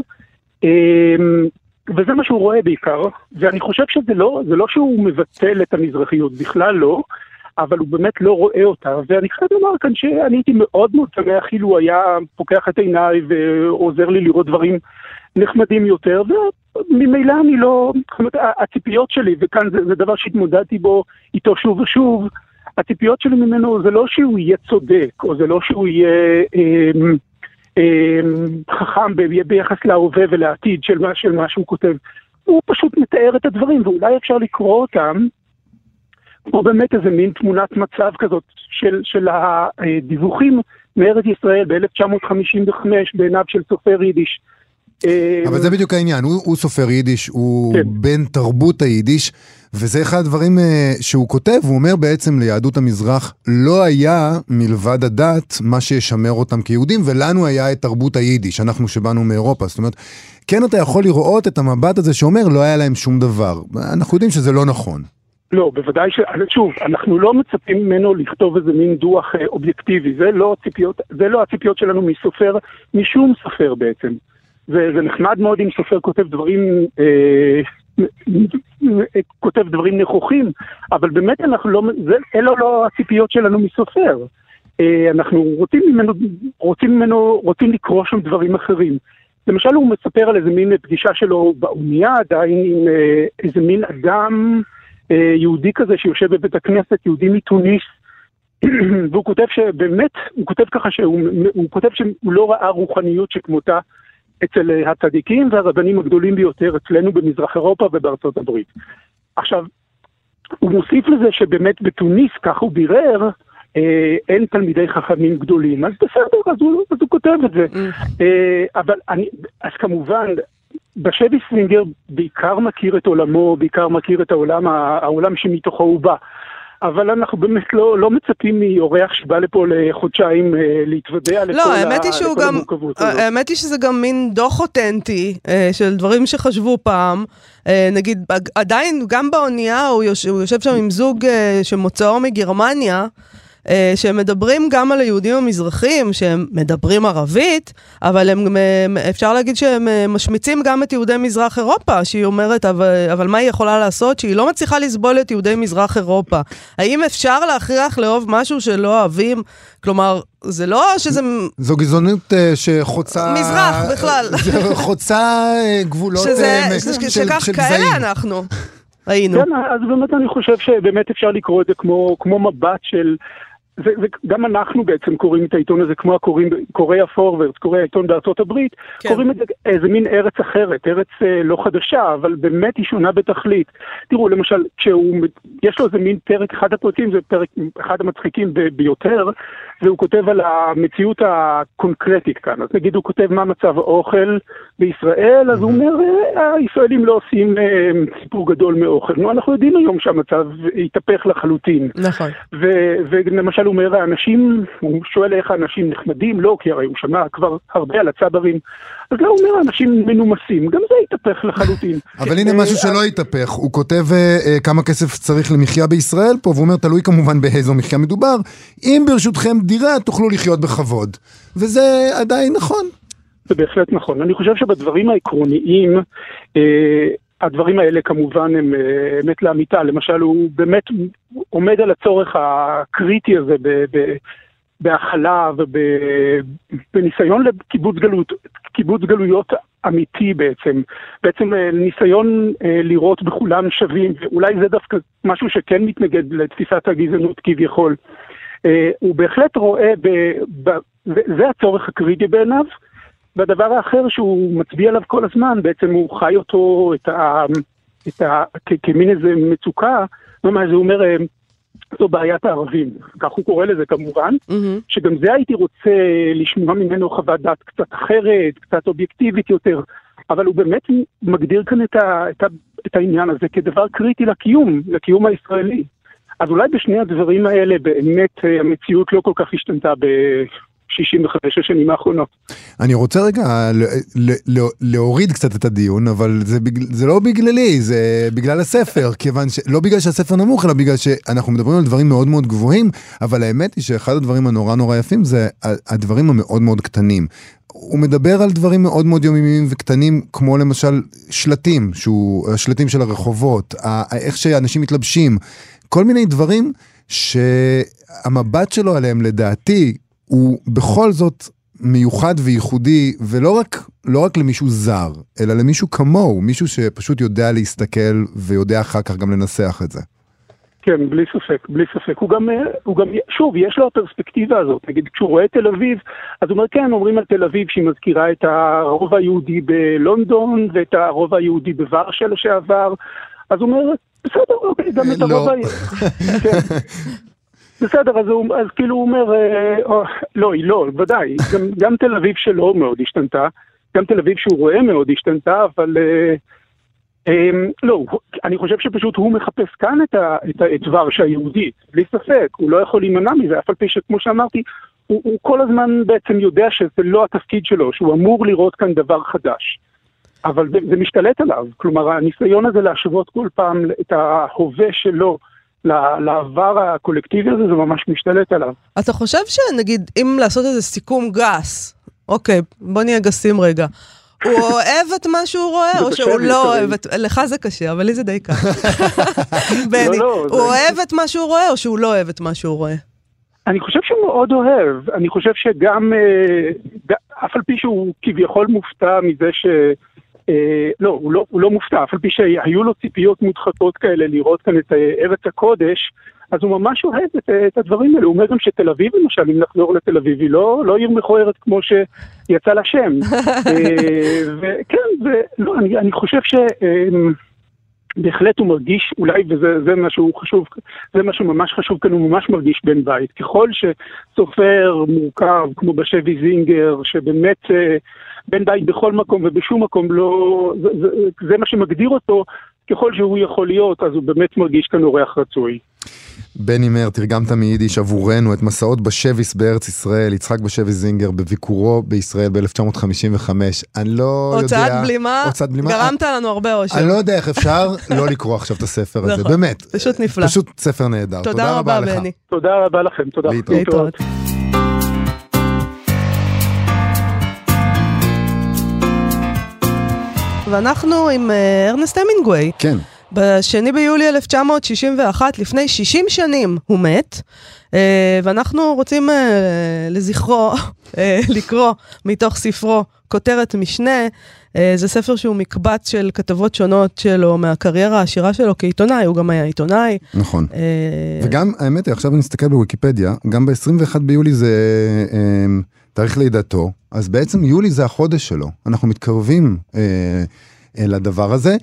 Speaker 6: וזה מה שהוא רואה בעיקר. ואני חושב שזה לא, זה לא שהוא מבטל את המזרחיות, בכלל לא, אבל הוא באמת לא רואה אותה. ואני חייב לומר כאן שאני הייתי מאוד מאוד שמח אילו הוא היה פוקח את עיניי ועוזר לי לראות דברים נחמדים יותר, וממילא אני לא, הציפיות שלי, וכאן זה, זה דבר שהתמודדתי בו איתו שוב ושוב, הציפיות שלי ממנו זה לא שהוא יהיה צודק, או זה לא שהוא יהיה אה, אה, חכם ב- ביחס להווה ולעתיד של מה, של מה שהוא כותב, הוא פשוט מתאר את הדברים, ואולי אפשר לקרוא אותם או באמת איזה מין תמונת מצב כזאת של, של הדיווחים מארץ ישראל ב-אלף תשע מאות חמישים וחמש בעיניו של סופר יידיש.
Speaker 3: אבל זה בדיוק העניין, הוא, הוא סופר יידיש, הוא
Speaker 6: כן.
Speaker 3: בן תרבות היידיש, וזה אחד הדברים שהוא כותב, הוא אומר בעצם ליהדות המזרח, לא היה מלבד הדת מה שישמר אותם כיהודים, ולנו היה את תרבות היידיש, אנחנו שבאנו מאירופה, זאת אומרת, כן אתה יכול לראות את המבט הזה שאומר, לא היה להם שום דבר, אנחנו יודעים שזה לא נכון.
Speaker 6: לא, בוודאי ש... שוב, אנחנו לא מצפים ממנו לכתוב איזה מין דוח אובייקטיבי, זה לא הציפיות, זה לא הציפיות שלנו מסופר, משום סופר בעצם. וזה נחמד מאוד אם סופר כותב דברים, אה, כותב דברים נכוחים, אבל באמת אנחנו לא, זה, אלו לא הציפיות שלנו מסופר. אה, אנחנו רוצים ממנו, רוצים ממנו, רוצים לקרוא שם דברים אחרים. למשל הוא מספר על איזה מין פגישה שלו באונייה עדיין עם אה, איזה מין אדם אה, יהודי כזה שיושב בבית הכנסת, יהודי מתוניס, והוא כותב שבאמת, הוא כותב ככה שהוא הוא כותב שהוא לא ראה רוחניות שכמותה אצל הצדיקים והרבנים הגדולים ביותר אצלנו במזרח אירופה ובארצות הברית. עכשיו, הוא מוסיף לזה שבאמת בתוניס, כך הוא בירר, אה, אין תלמידי חכמים גדולים, אז בסדר, אז הוא, אז הוא כותב את זה. אה, אבל אני, אז כמובן, בשבי סווינגר בעיקר מכיר את עולמו, בעיקר מכיר את העולם, העולם שמתוכו הוא בא. אבל אנחנו באמת לא, לא מצפים מאורח שבא לפה לחודשיים להתוודע לכל,
Speaker 4: לא, האמת
Speaker 6: ה,
Speaker 4: לכל
Speaker 6: גם,
Speaker 4: המורכבות הזאת. האמת היא שזה גם מין דוח אותנטי של דברים שחשבו פעם. נגיד, עדיין גם באונייה הוא יושב, הוא יושב שם עם זוג שמוצאו מגרמניה, שהם מדברים גם על היהודים המזרחים, שהם מדברים ערבית, אבל הם, אפשר להגיד שהם משמיצים גם את יהודי מזרח אירופה, שהיא אומרת, אבל, אבל מה היא יכולה לעשות? שהיא לא מצליחה לסבול את יהודי מזרח אירופה. האם אפשר להכריח לאהוב משהו שלא אוהבים? כלומר, זה לא שזה...
Speaker 3: זו גזענות שחוצה...
Speaker 4: מזרח בכלל.
Speaker 3: חוצה גבולות
Speaker 4: שזה,
Speaker 3: של,
Speaker 4: שכך
Speaker 3: של
Speaker 4: כאלה
Speaker 3: גזעים.
Speaker 4: אנחנו היינו.
Speaker 6: כן, אז באמת אני חושב שבאמת אפשר לקרוא את זה כמו, כמו מבט של... זה, זה, גם אנחנו בעצם קוראים את העיתון הזה כמו הקוראים, קוראי הפורוורד, קוראי העיתון בארצות הברית, כן. קוראים את זה איזה מין ארץ אחרת, ארץ אה, לא חדשה, אבל באמת היא שונה בתכלית. תראו, למשל, כשהוא, יש לו איזה מין פרק, אחד הפרקים, זה פרק, אחד המצחיקים ב, ביותר, והוא כותב על המציאות הקונקרטית כאן. אז נגיד הוא כותב מה מצב האוכל בישראל, אז הוא אומר, הישראלים לא עושים אה, סיפור גדול מאוכל. נו, אנחנו יודעים היום שהמצב יתהפך לחלוטין.
Speaker 4: נכון.
Speaker 6: ו- ולמשל הוא אומר, האנשים, הוא שואל איך האנשים נחמדים, לא, כי הרי הוא שמע כבר הרבה על הצברים, אז לא, הוא אומר, האנשים מנומסים, גם זה יתהפך לחלוטין.
Speaker 3: אבל הנה משהו שלא יתהפך, הוא כותב כמה כסף צריך למחיה בישראל פה, והוא אומר, תלוי כמובן באיזו מחיה מדובר, אם ברשותכם דירה תוכלו לחיות בכבוד, וזה עדיין נכון.
Speaker 6: זה בהחלט נכון. אני חושב שבדברים העקרוניים, אה, הדברים האלה כמובן הם אמת לאמיתה. למשל, הוא באמת עומד על הצורך הקריטי הזה ב- ב- בהכלה ובניסיון לקיבוץ גלות, קיבוץ גלויות אמיתי בעצם. בעצם ניסיון לראות בכולם שווים, ואולי זה דווקא משהו שכן מתנגד לתפיסת הגזענות כביכול. הוא בהחלט רואה, ב, ב, זה הצורך הקריטי בעיניו, והדבר האחר שהוא מצביע עליו כל הזמן, בעצם הוא חי אותו את ה, את ה, כ, כמין איזה מצוקה, ממש זה אומר, זו בעיית הערבים, כך הוא קורא לזה כמובן, mm-hmm. שגם זה הייתי רוצה לשמוע ממנו חוות דעת קצת אחרת, קצת אובייקטיבית יותר, אבל הוא באמת מגדיר כאן את, ה, את, ה, את העניין הזה כדבר קריטי לקיום, לקיום הישראלי. אז אולי בשני הדברים האלה באמת המציאות לא כל כך השתנתה ב-שישים וחמש השנים האחרונות.
Speaker 3: אני רוצה רגע להוריד קצת את הדיון, אבל זה, זה לא בגללי, זה בגלל הספר, כיוון ש... לא בגלל שהספר נמוך, אלא בגלל שאנחנו מדברים על דברים מאוד מאוד גבוהים, אבל האמת היא שאחד הדברים הנורא נורא יפים זה הדברים המאוד מאוד קטנים. הוא מדבר על דברים מאוד מאוד יומיומיים וקטנים, כמו למשל שלטים, שהוא, שלטים של הרחובות, איך שאנשים מתלבשים, כל מיני דברים שהמבט שלו עליהם לדעתי הוא בכל זאת מיוחד וייחודי, ולא רק, לא רק למישהו זר, אלא למישהו כמוהו, מישהו שפשוט יודע להסתכל ויודע אחר כך גם לנסח את זה.
Speaker 6: כן, בלי ספק, בלי ספק. הוא גם, הוא גם, שוב, יש לו הפרספקטיבה הזאת. נגיד, כשהוא רואה תל אביב, אז הוא אומר, כן, אומרים על תל אביב שהיא מזכירה את הרוב היהודי בלונדון, ואת הרוב היהודי בוורשה לשעבר. אז הוא אומר, בסדר, אוקיי, גם את הרוב העיר. בסדר, אז, הוא, אז כאילו הוא אומר, אה, או, לא, היא לא, ודאי, גם, גם תל אביב שלו מאוד השתנתה, גם תל אביב שהוא רואה מאוד השתנתה, אבל אה, אה, לא, אני חושב שפשוט הוא מחפש כאן את, ה, את האתבר שהיהודי, בלי ספק, הוא לא יכול להימנע מזה, אף על פי שכמו שאמרתי, הוא, הוא כל הזמן בעצם יודע שזה לא התפקיד שלו, שהוא אמור לראות כאן דבר חדש. אבל זה, זה משתלט עליו, כלומר הניסיון הזה להשוות כל פעם את ההווה שלו, לעבר הקולקטיבי הזה, זה ממש משתלט עליו.
Speaker 4: אתה חושב שנגיד, אם לעשות איזה סיכום גס, אוקיי, בוא נהיה גסים רגע, הוא אוהב את מה שהוא רואה, או שהוא לא אוהב את... לך זה קשה, אבל לי זה די קל. בני, הוא אוהב את מה שהוא רואה, או שהוא לא אוהב את מה שהוא רואה?
Speaker 6: אני חושב שהוא מאוד אוהב. אני חושב שגם, אף על פי שהוא כביכול מופתע מזה ש... לא, הוא לא, הוא לא מופתע, אף על פי שהיו לו ציפיות מודחקות כאלה לראות כאן את ארץ הקודש, אז הוא ממש אוהב את, את הדברים האלה. הוא אומר גם שתל אביב, למשל, אם נחזור לתל אביב, היא לא, לא עיר מכוערת כמו שיצא לה שם. וכן, ולא, אני, אני חושב שבהחלט הוא מרגיש, אולי, וזה זה משהו חשוב, זה משהו ממש חשוב כאן, הוא ממש מרגיש בן בית. ככל שסופר מורכב, כמו בשבי זינגר, שבאמת... בן בית בכל מקום ובשום מקום לא, זה, זה, זה מה שמגדיר אותו, ככל שהוא יכול להיות, אז הוא באמת מרגיש כאן אורח רצוי.
Speaker 3: בני מר, תרגמת מיידיש עבורנו את מסעות בשביס בארץ ישראל, יצחק בשבי זינגר, בביקורו בישראל ב-אלף תשע מאות חמישים וחמש. אני לא יודע...
Speaker 4: הוצאת בלימה,
Speaker 3: הוצאת בלימה,
Speaker 4: גרמת לנו הרבה אושר.
Speaker 3: אני לא יודע איך אפשר לא לקרוא עכשיו את הספר הזה, באמת.
Speaker 4: פשוט נפלא.
Speaker 3: פשוט ספר נהדר.
Speaker 4: תודה רבה, בני.
Speaker 6: תודה רבה לכם, תודה.
Speaker 4: להתראות. ואנחנו עם ארנסט המינגווי.
Speaker 3: כן.
Speaker 4: בשני ביולי אלף תשע מאות שישים ואחת, לפני שישים שנים הוא מת, ואנחנו רוצים לזכרו, לקרוא מתוך ספרו כותרת משנה. זה ספר שהוא מקבץ של כתבות שונות שלו מהקריירה העשירה שלו כעיתונאי, הוא גם היה עיתונאי.
Speaker 3: נכון. וגם, האמת היא, עכשיו אני אסתכל בוויקיפדיה, גם ב-עשרים ואחד ביולי זה תאריך לידתו, אז בעצם יולי זה החודש שלו. אנחנו מתקרבים לדבר הזה,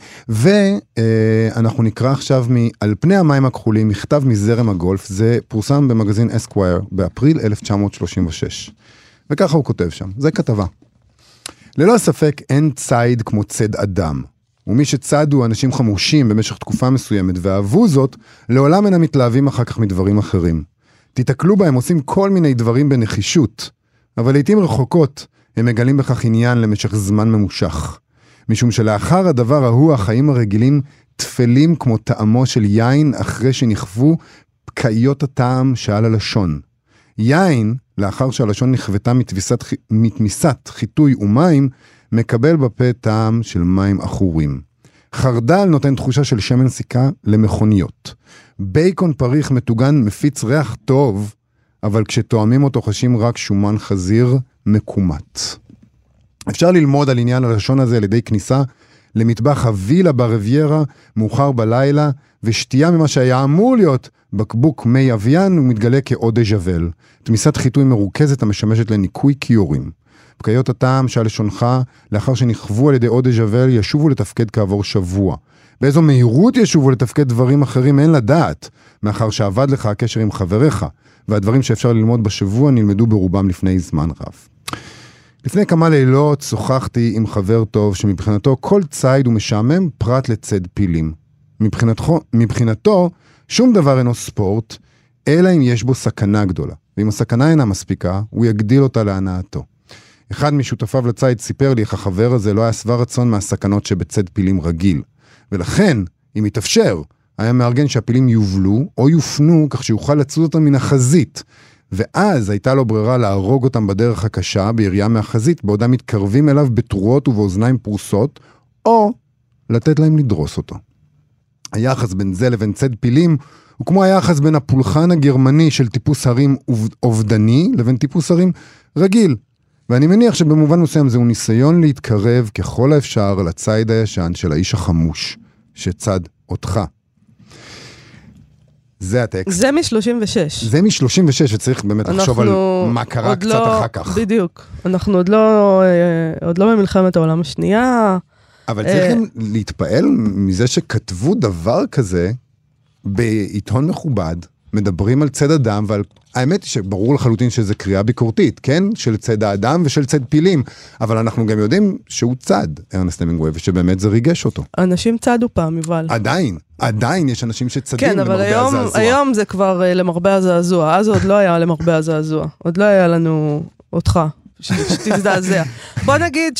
Speaker 3: ואנחנו נקרא עכשיו על פני המים הכחולים, מכתב מזרם הגולף, זה פורסם במגזין אסקווייר באפריל אלף תשע מאות שלושים ושש. וככה הוא כותב שם, זה כתבה. ללא ספק אין ציד כמו צד אדם, ומי שצדו אנשים חמושים במשך תקופה מסוימת ואהבו זאת, לעולם אינם מתלהבים אחר כך מדברים אחרים. תתקלו בהם, עושים כל מיני דברים בנחישות, אבל לעתים רחוקות הם מגלים בכך עניין למשך זמן ממושך. משום שלאחר הדבר ההוא החיים הרגילים תפלים כמו טעמו של יין אחרי שנכוו פקאיות הטעם שעל הלשון. יין, לאחר שהלשון נכוותה מתמיסת, מתמיסת חיטוי ומים, מקבל בפה טעם של מים אחורים. חרדל נותן תחושה של שמן סיכה למכוניות. בייקון פריך מטוגן מפיץ ריח טוב, אבל כשתואמים אותו חשים רק שומן חזיר מקומט. אפשר ללמוד על עניין הלשון הזה על ידי כניסה למטבח הווילה ברביירה מאוחר בלילה, ושתייה ממה שהיה אמור להיות בקבוק מי אביין ומתגלה כאוד ז'בל, תמיסת חיטוי מרוכזת המשמשת לניקוי קיורים. פקאיות הטעם שעל לשונך, לאחר שנכוו על ידי עוד ז'בל, ישובו לתפקד כעבור שבוע. באיזו מהירות ישובו לתפקד דברים אחרים אין לדעת, מאחר שעבד לך הקשר עם חבריך, והדברים שאפשר ללמוד בשבוע נלמדו ברובם לפני זמן רב. לפני כמה לילות שוחחתי עם חבר טוב שמבחינתו כל ציד הוא משעמם פרט לצד פילים. מבחינתו, מבחינתו שום דבר אינו ספורט, אלא אם יש בו סכנה גדולה. ואם הסכנה אינה מספיקה, הוא יגדיל אותה להנאתו. אחד משותפיו לציד סיפר לי איך החבר הזה לא היה שבע רצון מהסכנות שבצד פילים רגיל. ולכן, אם יתאפשר, היה מארגן שהפילים יובלו או יופנו כך שיוכל לצוד אותם מן החזית. ואז הייתה לו ברירה להרוג אותם בדרך הקשה, בירייה מהחזית, בעודם מתקרבים אליו בתרועות ובאוזניים פרוסות, או לתת להם לדרוס אותו. היחס בין זה לבין צד פילים, הוא כמו היחס בין הפולחן הגרמני של טיפוס הרים אובדני, לבין טיפוס הרים רגיל. ואני מניח שבמובן מסוים זהו ניסיון להתקרב ככל האפשר לציד הישן של האיש החמוש, שצד אותך. זה הטקסט.
Speaker 4: זה מ-שלושים ושש.
Speaker 3: זה מ-שלושים ושש, וצריך באמת לחשוב על מה קרה קצת אחר כך.
Speaker 4: בדיוק. אנחנו עוד לא, עוד לא במלחמת העולם השנייה.
Speaker 3: אבל צריכים להתפעל מזה שכתבו דבר כזה בעיתון מכובד, מדברים על צד אדם, ועל... האמת היא שברור לחלוטין שזה קריאה ביקורתית, כן? של צד האדם ושל צד פילים, אבל אנחנו גם יודעים שהוא צד, ארנסט המינגווי, ושבאמת זה ריגש אותו.
Speaker 4: אנשים צדו פעם, יובל.
Speaker 3: עדיין, עדיין יש אנשים שצדים
Speaker 4: כן,
Speaker 3: למרבה
Speaker 4: היום,
Speaker 3: הזעזוע.
Speaker 4: כן, אבל היום זה כבר uh, למרבה הזעזוע, אז עוד לא היה למרבה הזעזוע, עוד לא היה לנו אותך. שתזדעזע. בוא נגיד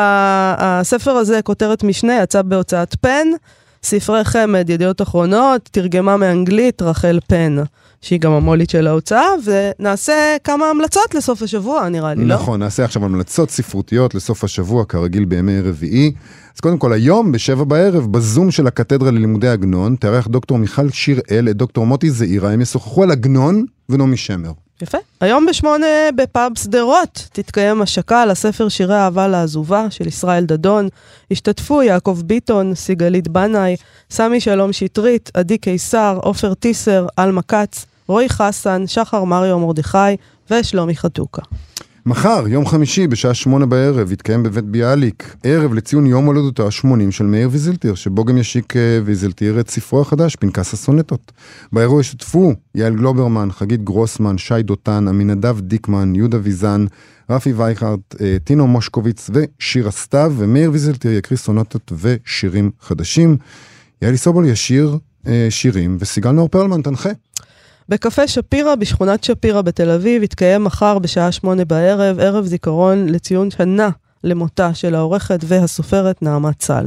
Speaker 4: שהספר הזה, כותרת משנה, יצא בהוצאת פן, ספרי חמד, ידיעות אחרונות, תרגמה מאנגלית, רחל פן, שהיא גם המולית של ההוצאה, ונעשה כמה המלצות לסוף השבוע, נראה לי, לא?
Speaker 3: נכון, נעשה עכשיו המלצות ספרותיות לסוף השבוע, כרגיל בימי רביעי. אז קודם כל, היום, בשבע בערב, בזום של הקתדרה ללימודי עגנון, תארח דוקטור מיכל שיראל, את דוקטור מוטי זעירה, הם ישוחחו על עגנון ונעמי שמר.
Speaker 4: יפה. היום בשמונה בפאב שדרות תתקיים השקה על הספר שירי אהבה לעזובה של ישראל דדון. השתתפו יעקב ביטון, סיגלית בנאי, סמי שלום שטרית, עדי קיסר, עופר טיסר, אלמה כץ, רוי חסן, שחר מריו מרדכי ושלומי חתוקה.
Speaker 3: מחר, יום חמישי, בשעה שמונה בערב, יתקיים בבית ביאליק, ערב לציון יום הולדתו ה-שמונים של מאיר ויזלטיר, שבו גם ישיק ויזלטיר את ספרו החדש, פנקס הסונטות. באירוע השתתפו יעל גלוברמן, חגית גרוסמן, שי דותן, אמינדב דיקמן, יהודה ויזן, רפי וייכרט, טינו מושקוביץ ושיר הסתיו, ומאיר ויזלטיר יקריא סונטות ושירים חדשים. יעלי סובול ישיר שירים, וסיגל נור פרלמן תנחה.
Speaker 4: בקפה שפירה בשכונת שפירה בתל אביב יתקיים מחר בשעה שמונה בערב, ערב זיכרון לציון שנה למותה של העורכת והסופרת נעמת צל.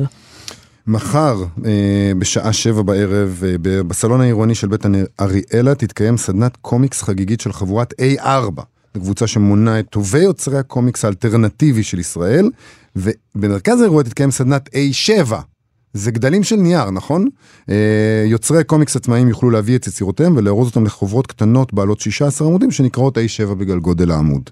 Speaker 3: מחר אה, בשעה שבע בערב אה, בסלון העירוני של בית אריאלה תתקיים סדנת קומיקס חגיגית של חבורת איי ארבע, קבוצה שמונה את טובי יוצרי הקומיקס האלטרנטיבי של ישראל, ובמרכז האירוע תתקיים סדנת איי שבע, זה גדלים של נייר, נכון? יוצרי קומיקס עצמאיים יוכלו להביא את יצירותיהם ולארוז אותם לחוברות קטנות בעלות שישה עשר עמודים שנקראות איי שבע בגלל גודל העמוד.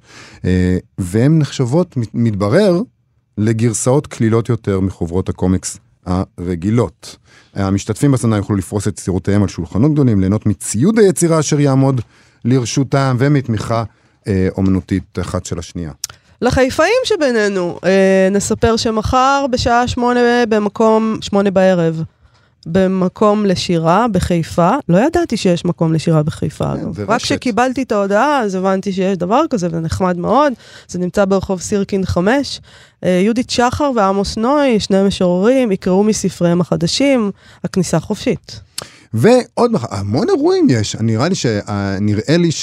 Speaker 3: והן נחשבות, מתברר, לגרסאות כלילות יותר מחוברות הקומיקס הרגילות. המשתתפים בסדנה יוכלו לפרוס את יצירותיהם על שולחנות גדולים, ליהנות מציוד היצירה אשר יעמוד לרשותם ומתמיכה אומנותית אחת של השנייה.
Speaker 4: לחיפאים שבינינו, אה, נספר שמחר בשעה שמונה במקום, שמונה בערב, במקום לשירה בחיפה, לא ידעתי שיש מקום לשירה בחיפה, רק כשקיבלתי את ההודעה, אז הבנתי שיש דבר כזה, וזה נחמד מאוד, זה נמצא ברחוב סירקין חמש, אה, יהודית שחר ועמוס נוי, שני משוררים, יקראו מספריהם החדשים, הכניסה חופשית.
Speaker 3: ועוד המון אירועים יש, נראה לי, ש... נראה לי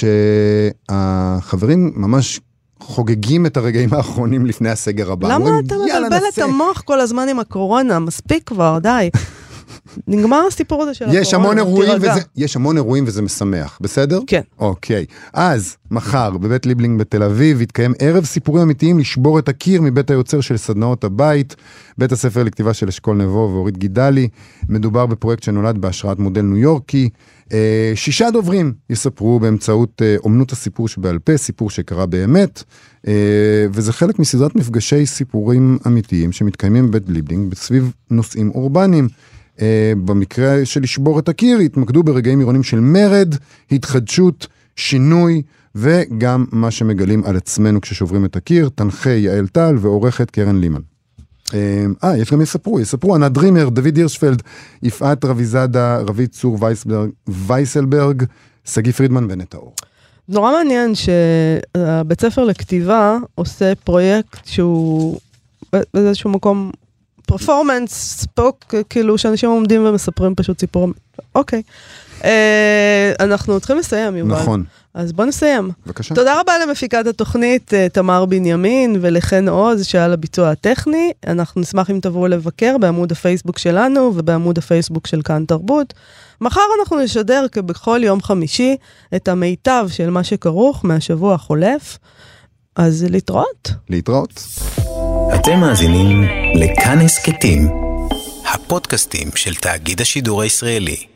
Speaker 3: שהחברים ממש חוגגים את הרגעים האחרונים לפני הסגר הבא.
Speaker 4: למה אתה מבלבל את המוח כל הזמן עם הקורונה? מספיק כבר, די. נגמר הסיפור הזה של הקורונה.
Speaker 3: יש המון אירועים וזה, יש המון אירועים וזה משמח, בסדר?
Speaker 4: כן.
Speaker 3: אוקיי. אז, מחר, בבית ליבלינג בתל אביב, יתקיים ערב סיפורים אמיתיים לשבור את הקיר מבית היוצר של סדנאות הבית, בית הספר לכתיבה של אשכול נבו ואורית גידלי. מדובר בפרויקט שנולד בהשראת מודל ניו יורקי. שישה דוברים יספרו באמצעות אומנות הסיפור שבעל פה, סיפור שקרה באמת, וזה חלק מסדרת מפגשי סיפורים אמיתיים שמתקיימים בבית ליבלינג בסביב נושאים אורבניים. במקרה של לשבור את הקיר, התמקדו ברגעים עירונים של מרד, התחדשות, שינוי, וגם מה שמגלים על עצמנו כששוברים את הקיר, תנחה יעל טל ועורכת קרן לימן. אה, יש גם יספרו, יספרו, ענת דרימר, דוד הירשפלד, יפעת רביזדה, רבית צור וייסברג, וייסלברג, סגי פרידמן ונטע אור.
Speaker 4: נורא מעניין שהבית ספר לכתיבה עושה פרויקט שהוא באיזשהו מקום פרפורמנס, ספוק, כאילו שאנשים עומדים ומספרים פשוט סיפור. אוקיי. אנחנו צריכים לסיים, יובל.
Speaker 3: נכון.
Speaker 4: אז בוא נסיים.
Speaker 3: בבקשה.
Speaker 4: תודה רבה למפיקת התוכנית, תמר בנימין ולחן עוז, שעל הביצוע הטכני. אנחנו נשמח אם תבואו לבקר בעמוד הפייסבוק שלנו ובעמוד הפייסבוק של כאן תרבות. מחר אנחנו נשדר כבכל יום חמישי את המיטב של מה שכרוך מהשבוע החולף. אז להתראות.
Speaker 3: להתראות.
Speaker 1: אתם מאזינים לכאן הסכתים, הפודקאסטים של תאגיד השידור הישראלי.